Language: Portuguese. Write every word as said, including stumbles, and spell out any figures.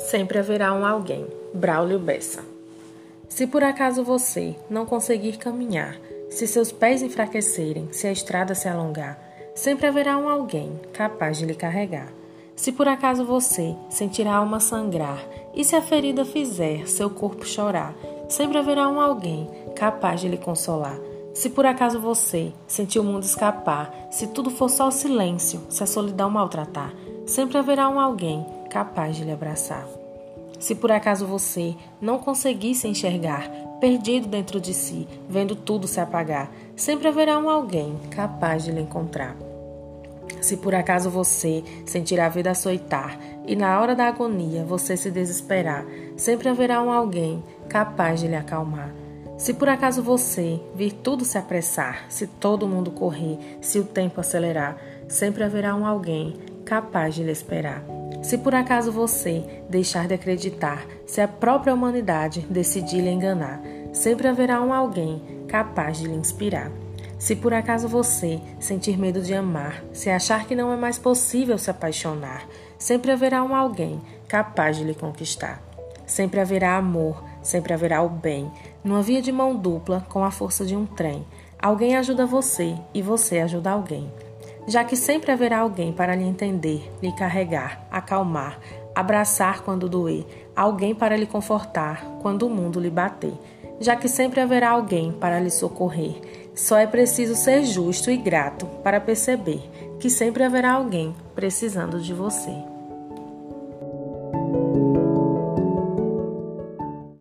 Sempre haverá um alguém. Braulio Bessa. Se por acaso você não conseguir caminhar, se seus pés enfraquecerem, se a estrada se alongar, sempre haverá um alguém capaz de lhe carregar. Se por acaso você sentir a alma sangrar, e se a ferida fizer seu corpo chorar, sempre haverá um alguém capaz de lhe consolar. Se por acaso você sentir o mundo escapar, se tudo for só silêncio, se a solidão maltratar, sempre haverá um alguém capaz de lhe abraçar. Se por acaso você não conseguir se enxergar, perdido dentro de si, vendo tudo se apagar, sempre haverá um alguém capaz de lhe encontrar. Se por acaso você sentir a vida açoitar e na hora da agonia você se desesperar, sempre haverá um alguém capaz de lhe acalmar. Se por acaso você vir tudo se apressar, se todo mundo correr, se o tempo acelerar, sempre haverá um alguém capaz de lhe esperar. Se por acaso você deixar de acreditar, se a própria humanidade decidir lhe enganar, sempre haverá um alguém capaz de lhe inspirar. Se por acaso você sentir medo de amar, se achar que não é mais possível se apaixonar, sempre haverá um alguém capaz de lhe conquistar. Sempre haverá amor, sempre haverá o bem, numa via de mão dupla com a força de um trem. Alguém ajuda você e você ajuda alguém. Já que sempre haverá alguém para lhe entender, lhe carregar, acalmar, abraçar quando doer, alguém para lhe confortar quando o mundo lhe bater. Já que sempre haverá alguém para lhe socorrer, só é preciso ser justo e grato para perceber que sempre haverá alguém precisando de você.